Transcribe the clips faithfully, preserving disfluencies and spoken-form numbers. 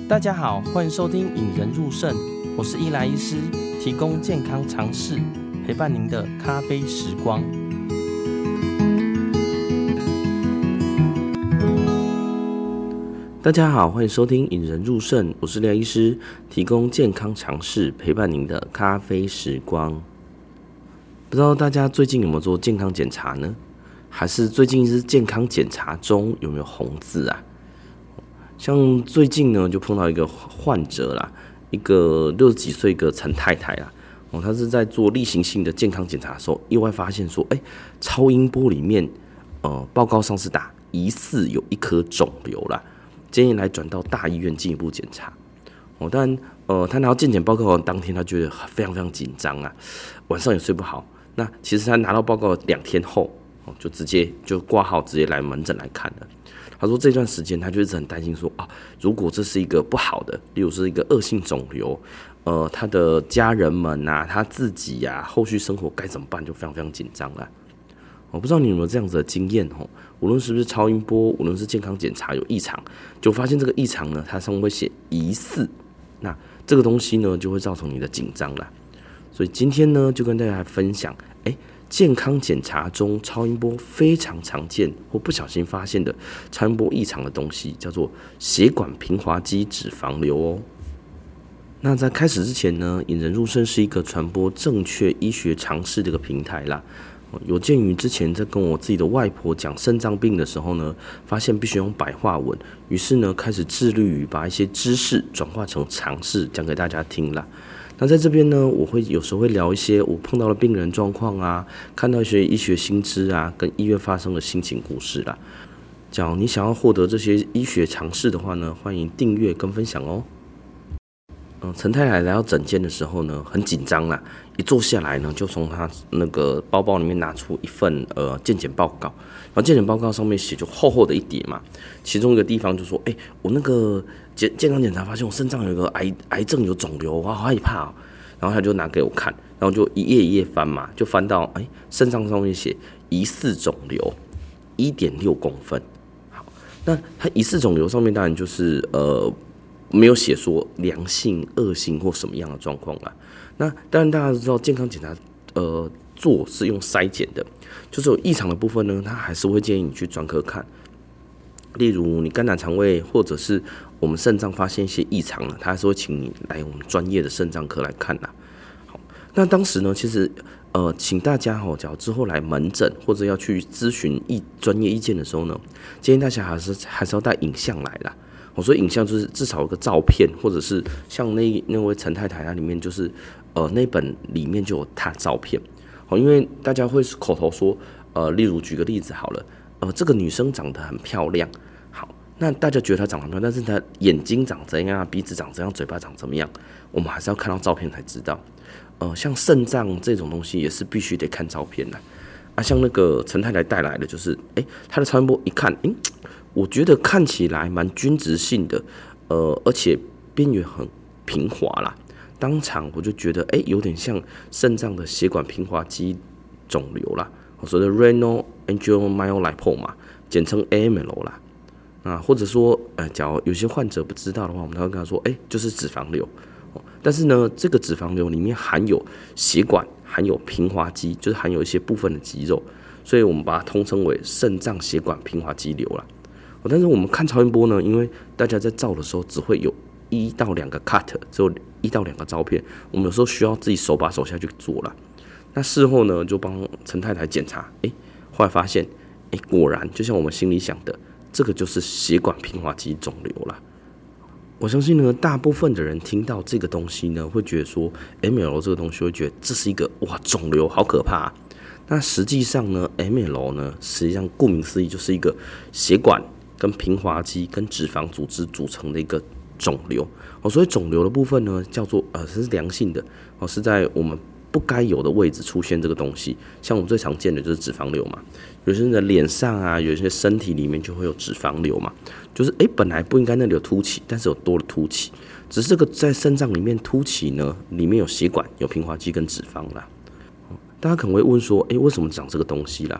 大家好，欢迎收听引人入胜，我是伊莱医师，提供健康常识，陪伴您的咖啡时光。大家好，欢迎收听引人入胜，我是廖医师，提供健康常识，陪伴您的咖啡时光。不知道大家最近有没有做健康检查呢？还是最近是健康检查中有没有红字啊？像最近呢，就碰到一个患者啦，一个六十几岁一个陈太太啦，哦，她是在做例行性的健康检查的时候，意外发现说，哎、欸，超音波里面，呃，报告上是打疑似有一颗肿瘤啦，建议来转到大医院进一步检查。哦，但呃，她拿到健检报告的当天，她觉得非常非常紧张啊，晚上也睡不好。那其实她拿到报告两天后，哦，就直接就挂号，直接来门诊来看了。他说这段时间他就一直很担心说啊，如果这是一个不好的，例如是一个恶性肿瘤，呃，他的家人们啊，他自己呀、啊，后续生活该怎么办，就非常非常紧张了。我不知道你有没有这样子的经验哦？无论是不是超音波，无论是健康检查有异常，就发现这个异常呢，它上面会写疑似，那这个东西呢就会造成你的紧张了。所以今天呢，就跟大家分享，哎、欸。健康检查中，超音波非常常见或不小心发现的超音波异常的东西，叫做血管平滑肌脂肪瘤哦。那在开始之前呢，引人入胜是一个传播正确医学常识的一个平台啦。有鉴于之前在跟我自己的外婆讲肾脏病的时候呢，发现必须用白话文，于是呢开始致力于把一些知识转化成常识讲给大家听啦。那在这边呢，我会有时候会聊一些我碰到的病人状况啊，看到一些医学新知啊，跟医院发生的心情故事啦。假如你想要获得这些医学常识的话呢，欢迎订阅跟分享哦。嗯，陈太太来到诊间的时候呢，很紧张啦，一坐下来呢，就从她那个包包里面拿出一份呃健检报告，然后健检报告上面写就厚厚的一叠嘛，其中一个地方就说，哎、欸，我那个健健康检查发现我肾脏有一个癌癌症有肿瘤，我好害怕哦。然后他就拿给我看，然后就一页一页翻嘛，就翻到哎肾脏上面写疑似肿瘤 一点六公分。好，那它疑似肿瘤上面当然就是呃。没有写说良性、恶性或什么样的状况啦。那当然大家都知道，健康检查呃做是用筛检的，就是有异常的部分呢，他还是会建议你去专科看。例如你肝胆肠胃或者是我们肾脏发现一些异常了，他还是会请你来我们专业的肾脏科来看啦。好，那当时呢，其实呃，请大家哈，假如之后来门诊或者要去咨询意专业意见的时候呢，建议大家还是还是要带影像来啦。所以影像就是至少有个照片，或者是像那那位陈太太，她里面就是呃那本里面就有她照片。好，因为大家会口头说，呃，例如举个例子好了，呃，这个女生长得很漂亮，好，那大家觉得她长得很漂亮，但是她眼睛长怎样，鼻子长怎样，嘴巴长怎么样，我们还是要看到照片才知道。呃，像肾脏这种东西也是必须得看照片的。啊，像那个陈太太带来的就是，哎、欸，她的超音波一看，嗯。我觉得看起来蛮均值性的，呃，而且边缘很平滑啦。当场我就觉得，哎、欸，有点像肾脏的血管平滑肌肿瘤啦，所谓的 renal angiomyolipoma， 简称 A M L 啦。啊，或者说，呃，假如有些患者不知道的话，我们才会跟他说，哎、欸，就是脂肪瘤。但是呢，这个脂肪瘤里面含有血管，含有平滑肌，就是含有一些部分的肌肉，所以我们把它通称为肾脏血管平滑肌瘤啦。但是我们看超音波呢，因为大家在照的时候只会有一到两个 cut， 只有一到两个照片，我们有时候需要自己手把手下去做啦。那事后呢，就帮陈太太检查，哎、欸，后来发现，哎、欸，果然就像我们心里想的，这个就是血管平滑肌肿瘤啦。我相信呢，大部分的人听到这个东西呢，会觉得说 M L 这个东西会觉得这是一个哇肿瘤，好可怕啊。那实际上呢 ，M L 呢，实际上顾名思义就是一个血管跟平滑肌跟脂肪组织组成的一个肿瘤哦，所以肿瘤的部分呢，叫做呃是良性的哦，是在我们不该有的位置出现这个东西。像我们最常见的就是脂肪瘤嘛，有些人的脸上啊，有些身体里面就会有脂肪瘤嘛，就是哎本来不应该那里有凸起，但是有多了凸起，只是这个在肾脏里面凸起呢，里面有血管、有平滑肌跟脂肪啦。大家可能会问说，哎，为什么长这个东西啦？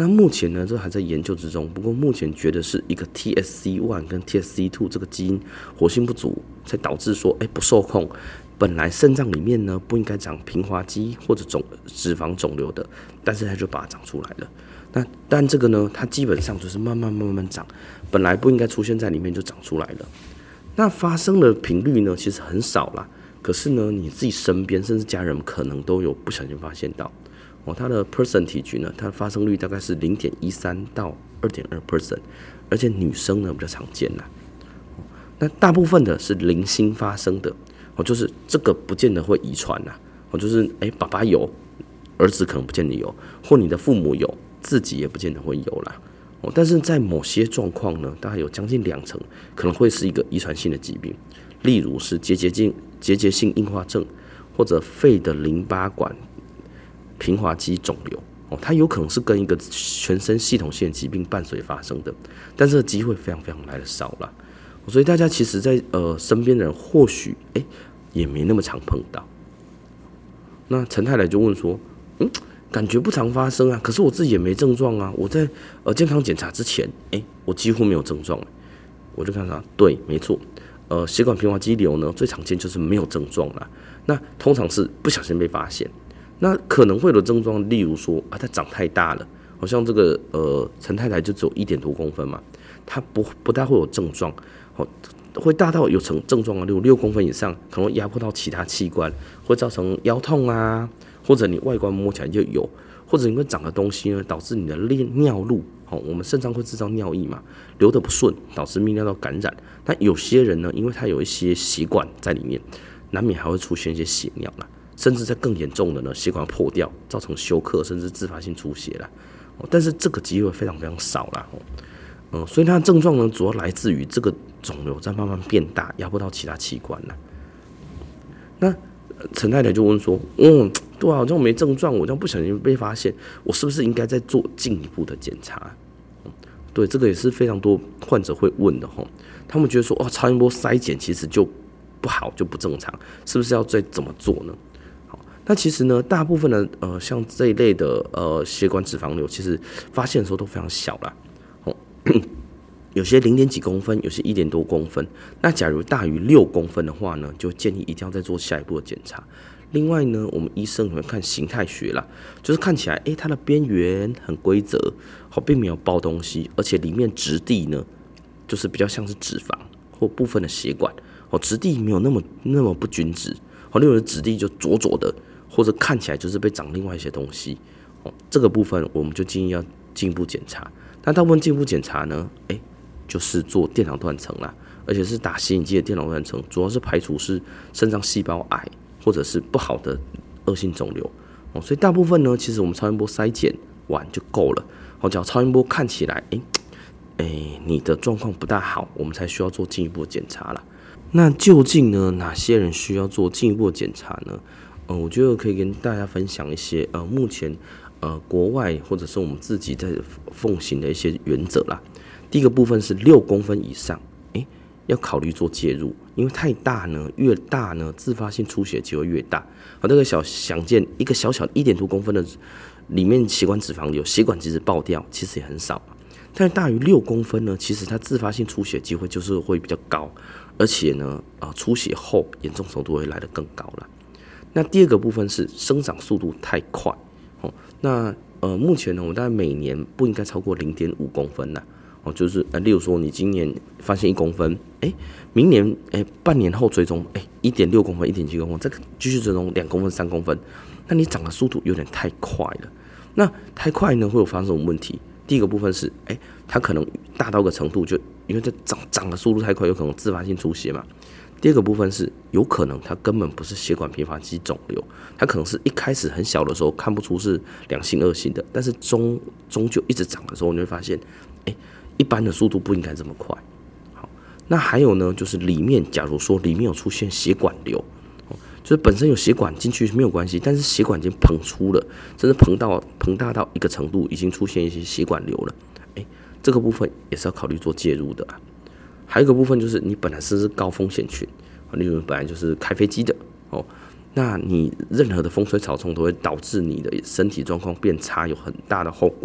那目前呢，这还在研究之中。不过目前觉得是一个 T S C 一 跟 T S C 二 这个基因活性不足，才导致说，哎，不受控。本来肾脏里面呢不应该长平滑肌或者肿脂肪肿瘤的，但是它就把它长出来了。那但这个呢，它基本上就是慢慢慢慢长，本来不应该出现在里面就长出来了。那发生的频率呢，其实很少啦。可是呢，你自己身边甚至家人可能都有不小心发现到。哦，它的 percentage 呢，它的发生率大概是 零点一三 到 二点二 percent， 而且女生呢比较常见啦。那大部分的是零星发生的。哦，就是这个不见得会遗传啦，哦，就是哎、欸，爸爸有，儿子可能不见得有，或你的父母有，自己也不见得会有啦。哦，但是在某些状况呢，大概有将近两成可能会是一个遗传性的疾病，例如是结节性结节性硬化症，或者肺的淋巴管平滑肌肿瘤。哦，它有可能是跟一个全身系统性的疾病伴随发生的，但是机会非常非常来的少啦。所以大家其实在，在呃身边的人或许哎、欸、也没那么常碰到。那陈太太就问说，嗯，感觉不常发生啊，可是我自己也没症状啊。我在呃健康检查之前，哎、欸，我几乎没有症状、欸。我就看他，对，没错，呃，血管平滑肌瘤呢最常见就是没有症状啦。那通常是不小心被发现，那可能会有症状，例如说啊，它长太大了，好像这个呃陈太太就只有一点多公分嘛，它不不大会有症状。会大到有成症状啊，例如六公分以上，可能压迫到其他器官，会造成腰痛啊，或者你外观摸起来就有，或者因为长的东西呢，导致你的尿路，哦，我们肾脏会制造尿液嘛，流得不顺，导致泌尿道感染。但有些人呢，因为他有一些血管在里面，难免还会出现一些血尿啦，甚至在更严重的呢，血管破掉，造成休克甚至自发性出血啦。但是这个机会非常非常少啦。嗯，所以它的症状呢，主要来自于这个肿瘤在慢慢变大，压迫到其他器官了。那陈太太就问说：“嗯，对啊，我这种没症状，我这样不小心被发现，我是不是应该再做进一步的检查？”嗯，对，这个也是非常多患者会问的哈。他们觉得说：“哦，超音波筛检其实就不好，就不正常，是不是要再怎么做呢？”好，那其实呢，大部分的呃，像这一类的呃血管脂肪瘤，其实发现的时候都非常小啦。有些零点几公分，有些一点多公分。那假如大于六公分的话呢，就建议一定要再做下一步的检查。另外呢，我们医生会看形态学啦，就是看起来，哎、欸，它的边缘很规则，好，并没有包东西，而且里面质地呢，就是比较像是脂肪或部分的血管，哦，质地没有那么那么不均质，哦，例如质地就浊浊的，或者看起来就是被长另外一些东西，哦，这个部分我们就建议要进一步检查。那大部分进一步检查呢，哎、欸，就是做电脑断层啦，而且是打显影剂的电脑断层，主要是排除是肾脏细胞癌或者是不好的恶性肿瘤哦。所以大部分呢，其实我们超音波筛检完就够了。哦，只要超音波看起来，哎、欸，哎、欸，你的状况不大好，我们才需要做进一步的检查啦。那究竟呢，哪些人需要做进一步的检查呢？呃，我觉得可以跟大家分享一些呃，目前。呃，国外或者是我们自己在奉行的一些原则啦。第一个部分是六公分以上，哎、欸，要考虑做介入，因为太大呢，越大呢，自发性出血机会越大。好，那个小想见一个小小一点多公分的里面血管脂肪瘤，血管即使爆掉，其实也很少。但是大于六公分呢，其实它自发性出血机会就是会比较高，而且呢，啊、呃，出血后严重程度会来得更高了。那第二个部分是生长速度太快。哦，那呃，目前呢，我们大概每年不应该超过零点五公分啦。哦，就是呃，例如说你今年发现一公分，哎、欸，明年哎、欸，半年后追踪，哎、欸，一点六公分、一点七公分，再继续追踪两公分、三公分，那你长的速度有点太快了。那太快呢，会有发生什么问题？第一个部分是，哎、欸，它可能大到个程度就，就因为它长长的速度太快，有可能自发性出血嘛。第二个部分是有可能它根本不是血管平滑肌肿瘤，它可能是一开始很小的时候看不出是良性恶性的，但是终终究一直长的时候，你会发现，哎，一般的速度不应该这么快。好，那还有呢，就是里面假如说里面有出现血管瘤，就是本身有血管进去没有关系，但是血管已经膨出了，甚至膨到膨大到一个程度，已经出现一些血管瘤了，哎，这个部分也是要考虑做介入的啊。还有一个部分就是你本来是高风险群，例如本来就是开飞机的哦，那你任何的风吹草动都会导致你的身体状况变差，有很大的后果。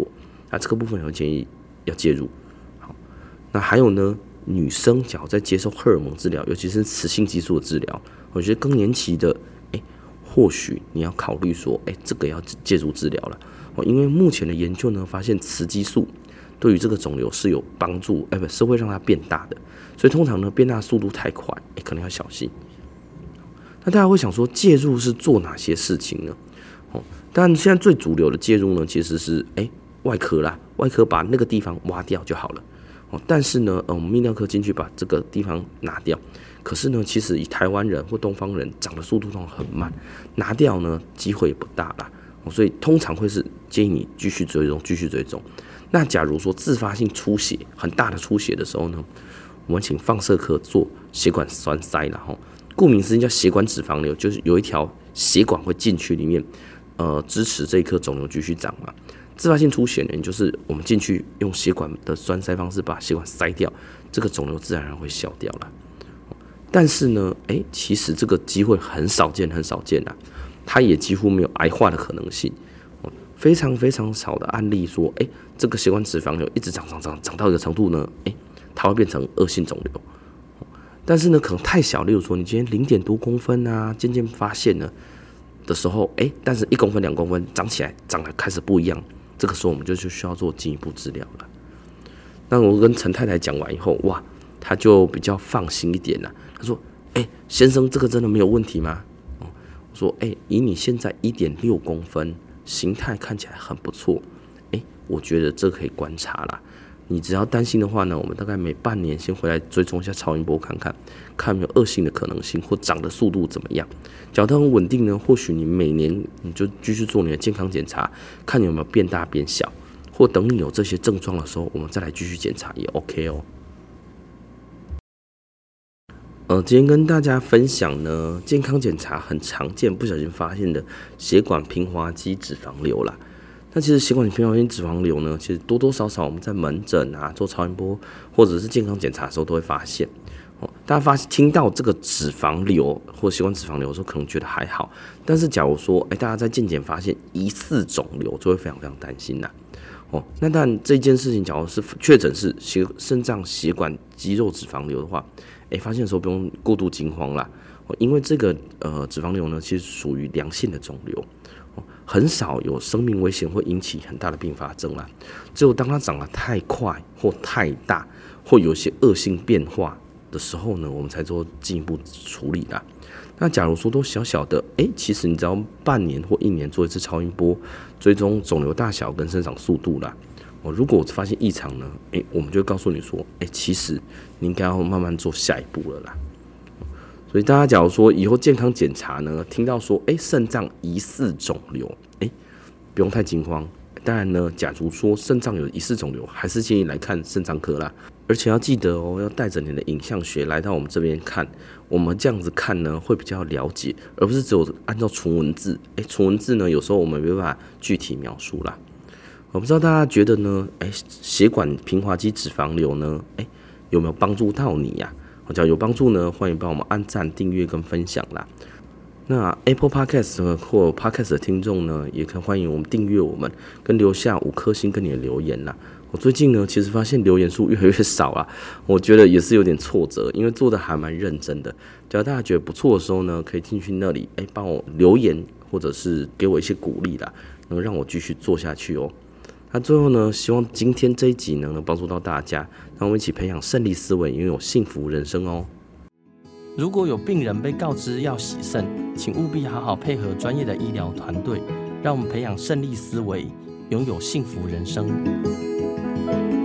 那这个部分也会建议要介入。好，那还有呢，女生假如在接受荷尔蒙治疗，尤其是雌性激素的治疗，我觉得更年期的，哎，或许你要考虑说，哎，这个要介入治疗了。哦，因为目前的研究呢，发现雌激素对于这个肿瘤是有帮助，哎，不是会让它变大的，所以通常呢，变大速度太快，哎，可能要小心。那大家会想说，介入是做哪些事情呢？哦，但现在最主流的介入呢，其实是哎外科啦，外科把那个地方挖掉就好了。哦，但是呢，呃，我们泌尿科进去把这个地方拿掉，可是呢，其实以台湾人或东方人长的速度通常很慢，拿掉呢机会也不大啦。哦，所以通常会是建议你继续追踪，继续追踪。那假如说自发性出血很大的出血的时候呢，我们请放射科做血管栓塞啦。吼，顾名思义叫血管脂肪瘤，就是有一条血管会进去里面，呃，支持这一颗肿瘤继续长嘛。自发性出血呢，就是我们进去用血管的栓塞方式把血管塞掉，这个肿瘤自然而然会消掉了。但是呢，哎，其实这个机会很少见，很少见啦，它也几乎没有癌化的可能性。非常非常少的案例说，哎，这个血管脂肪瘤一直长长长长到一个程度呢，哎，它会变成恶性肿瘤。但是呢，可能太小，例如说你今天零点多公分啊，渐渐发现了的时候，哎，但是一公分、两公分长起来长得开始不一样，这个时候我们就就需要做进一步治疗了。那我跟陈太太讲完以后，哇，她就比较放心一点了。她说，哎，先生，这个真的没有问题吗？我说，哎，以你现在一点六公分。形态看起来很不错，哎，我觉得这可以观察啦。你只要担心的话呢，我们大概每半年先回来追踪一下超音波，看看看有没有恶性的可能性，或长的速度怎么样。假如它很稳定呢，或许你每年你就继续做你的健康检查，看你有没有变大变小，或等你有这些症状的时候，我们再来继续检查也 OK 哦。呃，今天跟大家分享呢，健康检查很常见不小心发现的血管平滑肌脂肪瘤啦。那其实血管平滑肌脂肪瘤呢，其实多多少少我们在门诊啊做超音波或者是健康检查的时候都会发现。哦，大家发听到这个脂肪瘤或血管脂肪瘤的时候，可能觉得还好，但是假如说，哎，大家在健检发现疑似肿瘤，就会非常非常担心啦。哦，那但这件事情，假如是确诊是血肾脏血管肌肉脂肪瘤的话，哎，发现的时候不用过度惊慌啦，哦，因为这个呃脂肪瘤呢，其实属于良性的肿瘤，哦，很少有生命危险，会引起很大的并发症啦。只有当它长得太快或太大，或有些恶性变化的时候呢，我们才做进一步处理啦。那假如说都小小的，哎，其实你只要半年或一年做一次超音波，追踪肿瘤大小跟生长速度啦。哦，如果发现异常呢，哎，我们就会告诉你说，哎，其实你应该要慢慢做下一步了啦。所以大家假如说以后健康检查呢，听到说，哎，肾脏疑似肿瘤，哎，不用太惊慌。当然呢，假如说肾脏有疑似肿瘤，还是建议来看肾脏科啦。而且要记得哦，要带着你的影像学来到我们这边看，我们这样子看呢，会比较了解，而不是只有按照纯文字。哎，纯文字呢，有时候我们没办法具体描述啦。我不知道大家觉得呢？哎，血管平滑肌脂肪瘤呢？哎，有没有帮助到你呀、啊？只要有帮助呢，欢迎帮我们按赞、订阅跟分享啦。那 Apple Podcast 或 Podcast 的听众呢，也可以欢迎我们订阅我们，跟留下五颗星跟你的留言啦。我最近呢，其实发现留言数越来越少啊，我觉得也是有点挫折，因为做的还蛮认真的。只要大家觉得不错的时候呢，可以进去那里，哎，帮我留言或者是给我一些鼓励啦，能让我继续做下去哦。那最后呢，希望今天这一集呢，能帮助到大家，让我们一起培养胜利思维，拥有幸福人生哦。如果有病人被告知要洗肾，请务必好好配合专业的医疗团队，让我们培养胜利思维，拥有幸福人生。